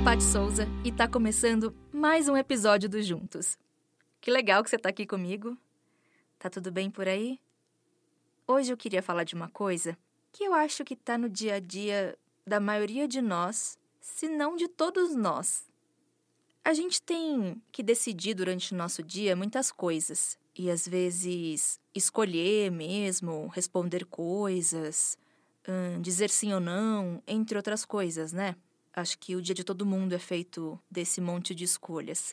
Paty Souza e tá começando mais um episódio do Juntos. Que legal que você tá aqui comigo. Tá tudo bem por aí? Hoje eu queria falar de uma coisa que eu acho que tá no dia a dia da maioria de nós, se não de todos nós. A gente tem que decidir durante o nosso dia muitas coisas. E às vezes escolher mesmo, responder coisas, dizer sim ou não, entre outras coisas, né? Acho que o dia de todo mundo é feito desse monte de escolhas.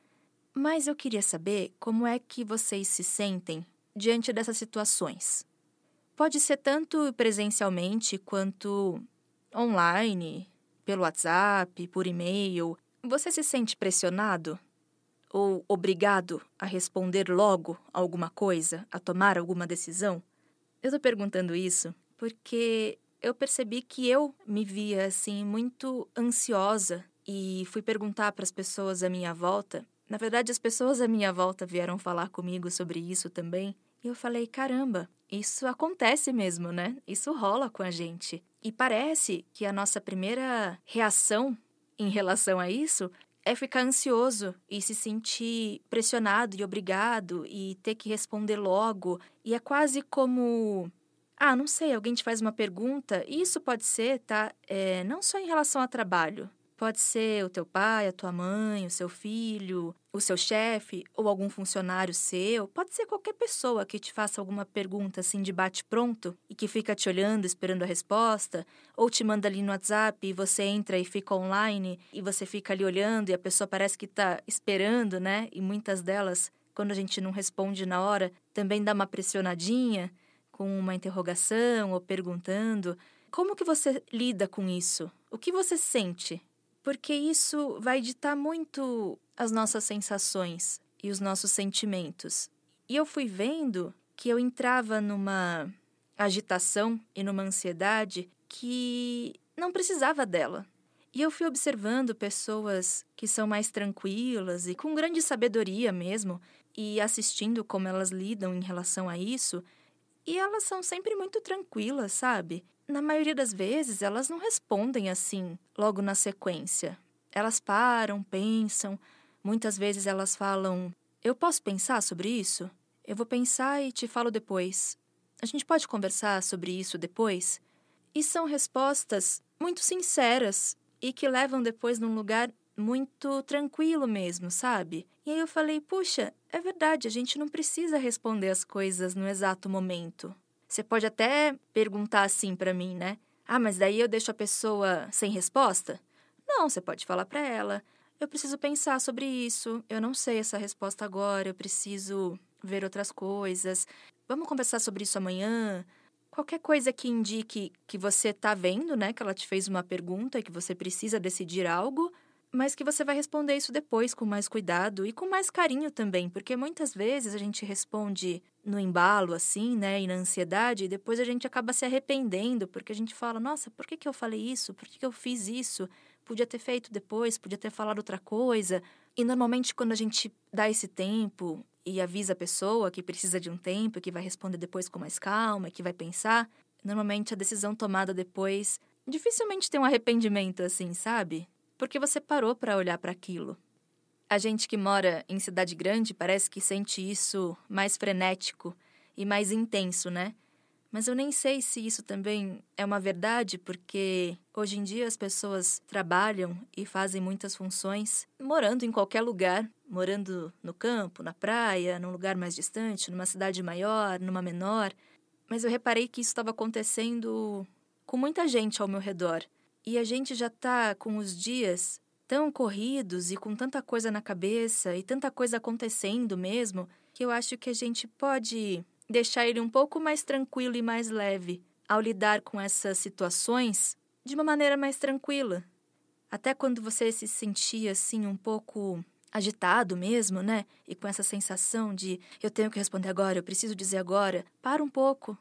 Mas eu queria saber como é que vocês se sentem diante dessas situações. Pode ser tanto presencialmente quanto online, pelo WhatsApp, por e-mail. Você se sente pressionado? Ou obrigado a responder logo alguma coisa, a tomar alguma decisão? Eu tô perguntando isso porque eu percebi que eu me via, assim, muito ansiosa e fui perguntar para as pessoas à minha volta. Na verdade, as pessoas à minha volta vieram falar comigo sobre isso também. E eu falei, caramba, isso acontece mesmo, né? Isso rola com a gente. E parece que a nossa primeira reação em relação a isso é ficar ansioso e se sentir pressionado e obrigado e ter que responder logo. E é quase como... não sei, alguém te faz uma pergunta, e isso pode ser, tá? Não só em relação a trabalho. Pode ser o teu pai, a tua mãe, o seu filho, o seu chefe ou algum funcionário seu. Pode ser qualquer pessoa que te faça alguma pergunta assim de bate-pronto e que fica te olhando, esperando a resposta, ou te manda ali no WhatsApp e você entra e fica online e você fica ali olhando e a pessoa parece que tá esperando, né? E muitas delas, quando a gente não responde na hora, também dá uma pressionadinha com uma interrogação ou perguntando. Como que você lida com isso? O que você sente? Porque isso vai ditar muito as nossas sensações e os nossos sentimentos. E eu fui vendo que eu entrava numa agitação e numa ansiedade que não precisava dela. E eu fui observando pessoas que são mais tranquilas e com grande sabedoria mesmo, e assistindo como elas lidam em relação a isso. E elas são sempre muito tranquilas, sabe? Na maioria das vezes, elas não respondem assim, logo na sequência. Elas param, pensam. Muitas vezes elas falam, eu posso pensar sobre isso? Eu vou pensar e te falo depois. A gente pode conversar sobre isso depois? E são respostas muito sinceras e que levam depois num lugar muito tranquilo mesmo, sabe? E aí eu falei, puxa, é verdade, a gente não precisa responder as coisas no exato momento. Você pode até perguntar assim pra mim, né? Mas daí eu deixo a pessoa sem resposta? Não, você pode falar pra ela, eu preciso pensar sobre isso, eu não sei essa resposta agora, eu preciso ver outras coisas. Vamos conversar sobre isso amanhã? Qualquer coisa que indique que você tá vendo, né? Que ela te fez uma pergunta e que você precisa decidir algo, mas que você vai responder isso depois com mais cuidado e com mais carinho também, porque muitas vezes a gente responde no embalo, assim, né, e na ansiedade, e depois a gente acaba se arrependendo, porque a gente fala, nossa, por que eu falei isso? Por que eu fiz isso? Podia ter feito depois, podia ter falado outra coisa. E normalmente quando a gente dá esse tempo e avisa a pessoa que precisa de um tempo, que vai responder depois com mais calma, que vai pensar, normalmente a decisão tomada depois dificilmente tem um arrependimento assim, sabe? Porque você parou para olhar para aquilo. A gente que mora em cidade grande parece que sente isso mais frenético e mais intenso, né? Mas eu nem sei se isso também é uma verdade, porque hoje em dia as pessoas trabalham e fazem muitas funções morando em qualquer lugar, morando no campo, na praia, num lugar mais distante, numa cidade maior, numa menor. Mas eu reparei que isso estava acontecendo com muita gente ao meu redor. E a gente já tá com os dias tão corridos e com tanta coisa na cabeça e tanta coisa acontecendo mesmo, que eu acho que a gente pode deixar ele um pouco mais tranquilo e mais leve ao lidar com essas situações de uma maneira mais tranquila. Até quando você se sentia assim um pouco agitado mesmo, né? E com essa sensação de eu tenho que responder agora, eu preciso dizer agora, para um pouco,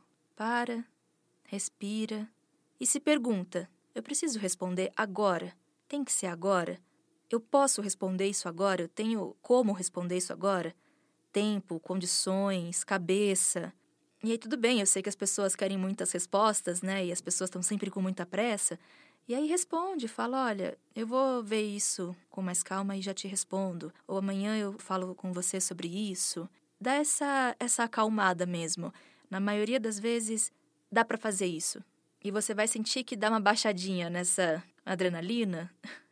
respira e se pergunta: eu preciso responder agora? Tem que ser agora? Eu posso responder isso agora? Eu tenho como responder isso agora? Tempo, condições, cabeça. E aí tudo bem, eu sei que as pessoas querem muitas respostas, né? E as pessoas estão sempre com muita pressa. E aí responde, fala, olha, eu vou ver isso com mais calma e já te respondo. Ou amanhã eu falo com você sobre isso. Dá essa acalmada mesmo. Na maioria das vezes, dá pra fazer isso. E você vai sentir que dá uma baixadinha nessa adrenalina.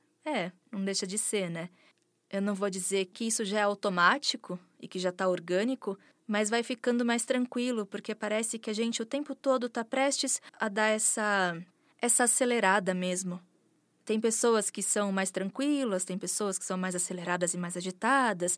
Não deixa de ser, né? Eu não vou dizer que isso já é automático e que já tá orgânico, mas vai ficando mais tranquilo, porque parece que a gente o tempo todo tá prestes a dar essa acelerada mesmo. Tem pessoas que são mais tranquilas, tem pessoas que são mais aceleradas e mais agitadas,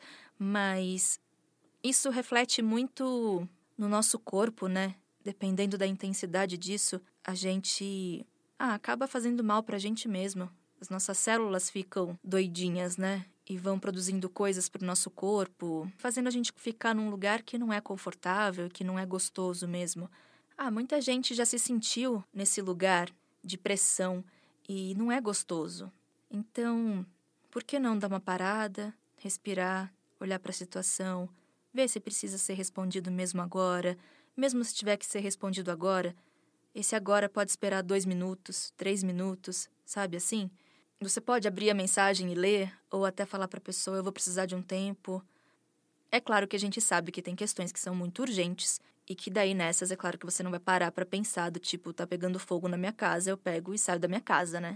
mas isso reflete muito no nosso corpo, né? Dependendo da intensidade disso, a gente acaba fazendo mal pra gente mesmo. As nossas células ficam doidinhas, né? E vão produzindo coisas pro nosso corpo, fazendo a gente ficar num lugar que não é confortável, que não é gostoso mesmo. Muita gente já se sentiu nesse lugar de pressão e não é gostoso. Então, por que não dar uma parada, respirar, olhar para a situação, ver se precisa ser respondido mesmo agora, mesmo se tiver que ser respondido agora, esse agora pode esperar 2 minutos, 3 minutos, sabe assim? Você pode abrir a mensagem e ler, ou até falar para a pessoa, eu vou precisar de um tempo. É claro que a gente sabe que tem questões que são muito urgentes e que daí nessas é claro que você não vai parar para pensar do tipo, tá pegando fogo na minha casa, eu pego e saio da minha casa, né?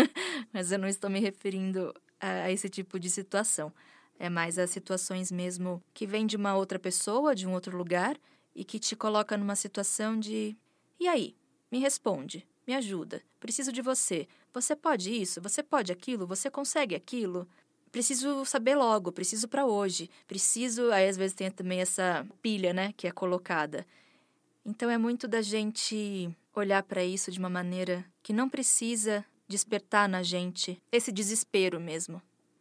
Mas eu não estou me referindo a esse tipo de situação. É mais as situações mesmo que vêm de uma outra pessoa, de um outro lugar, e que te coloca numa situação de... E aí? Me responde, me ajuda, preciso de você. Você pode isso? Você pode aquilo? Você consegue aquilo? Preciso saber logo, preciso para hoje, preciso... Aí, às vezes, tem também essa pilha, né, que é colocada. Então, é muito da gente olhar para isso de uma maneira que não precisa despertar na gente esse desespero mesmo.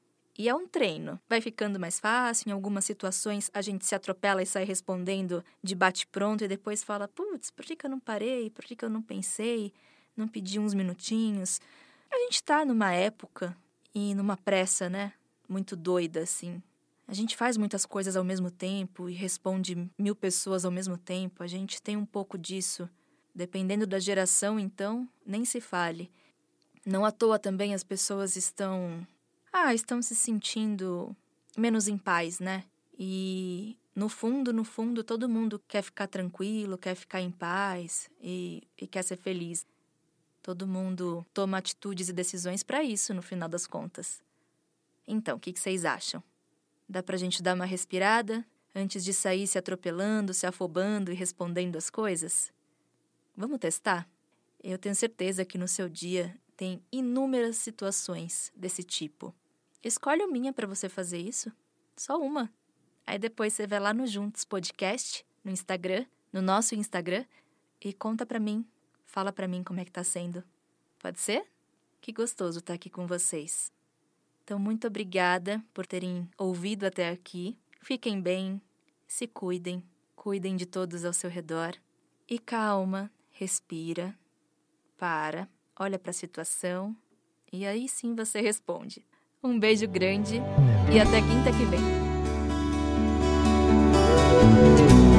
E é um treino. Vai ficando mais fácil, em algumas situações a gente se atropela e sai respondendo de bate-pronto e depois fala, putz, por que eu não parei? Por que eu não pensei? Não pedi uns minutinhos? A gente tá numa época e numa pressa, né? Muito doida, assim. A gente faz muitas coisas ao mesmo tempo e responde 1000 pessoas ao mesmo tempo. A gente tem um pouco disso. Dependendo da geração, então, nem se fale. Não à toa também as pessoas estão se sentindo menos em paz, né? E no fundo, todo mundo quer ficar tranquilo, quer ficar em paz e quer ser feliz. Todo mundo toma atitudes e decisões para isso, no final das contas. Então, o que vocês acham? Dá pra gente dar uma respirada antes de sair se atropelando, se afobando e respondendo as coisas? Vamos testar? Eu tenho certeza que no seu dia tem inúmeras situações desse tipo. Escolhe uma para você fazer isso. Só uma. Aí depois você vai lá no Juntos Podcast, no Instagram, no nosso Instagram, e conta pra mim, fala pra mim como é que tá sendo. Pode ser? Que gostoso estar aqui com vocês. Então, muito obrigada por terem ouvido até aqui. Fiquem bem, se cuidem, cuidem de todos ao seu redor. E calma, respira, olha pra situação, e aí sim você responde. Um beijo grande e até quinta que vem.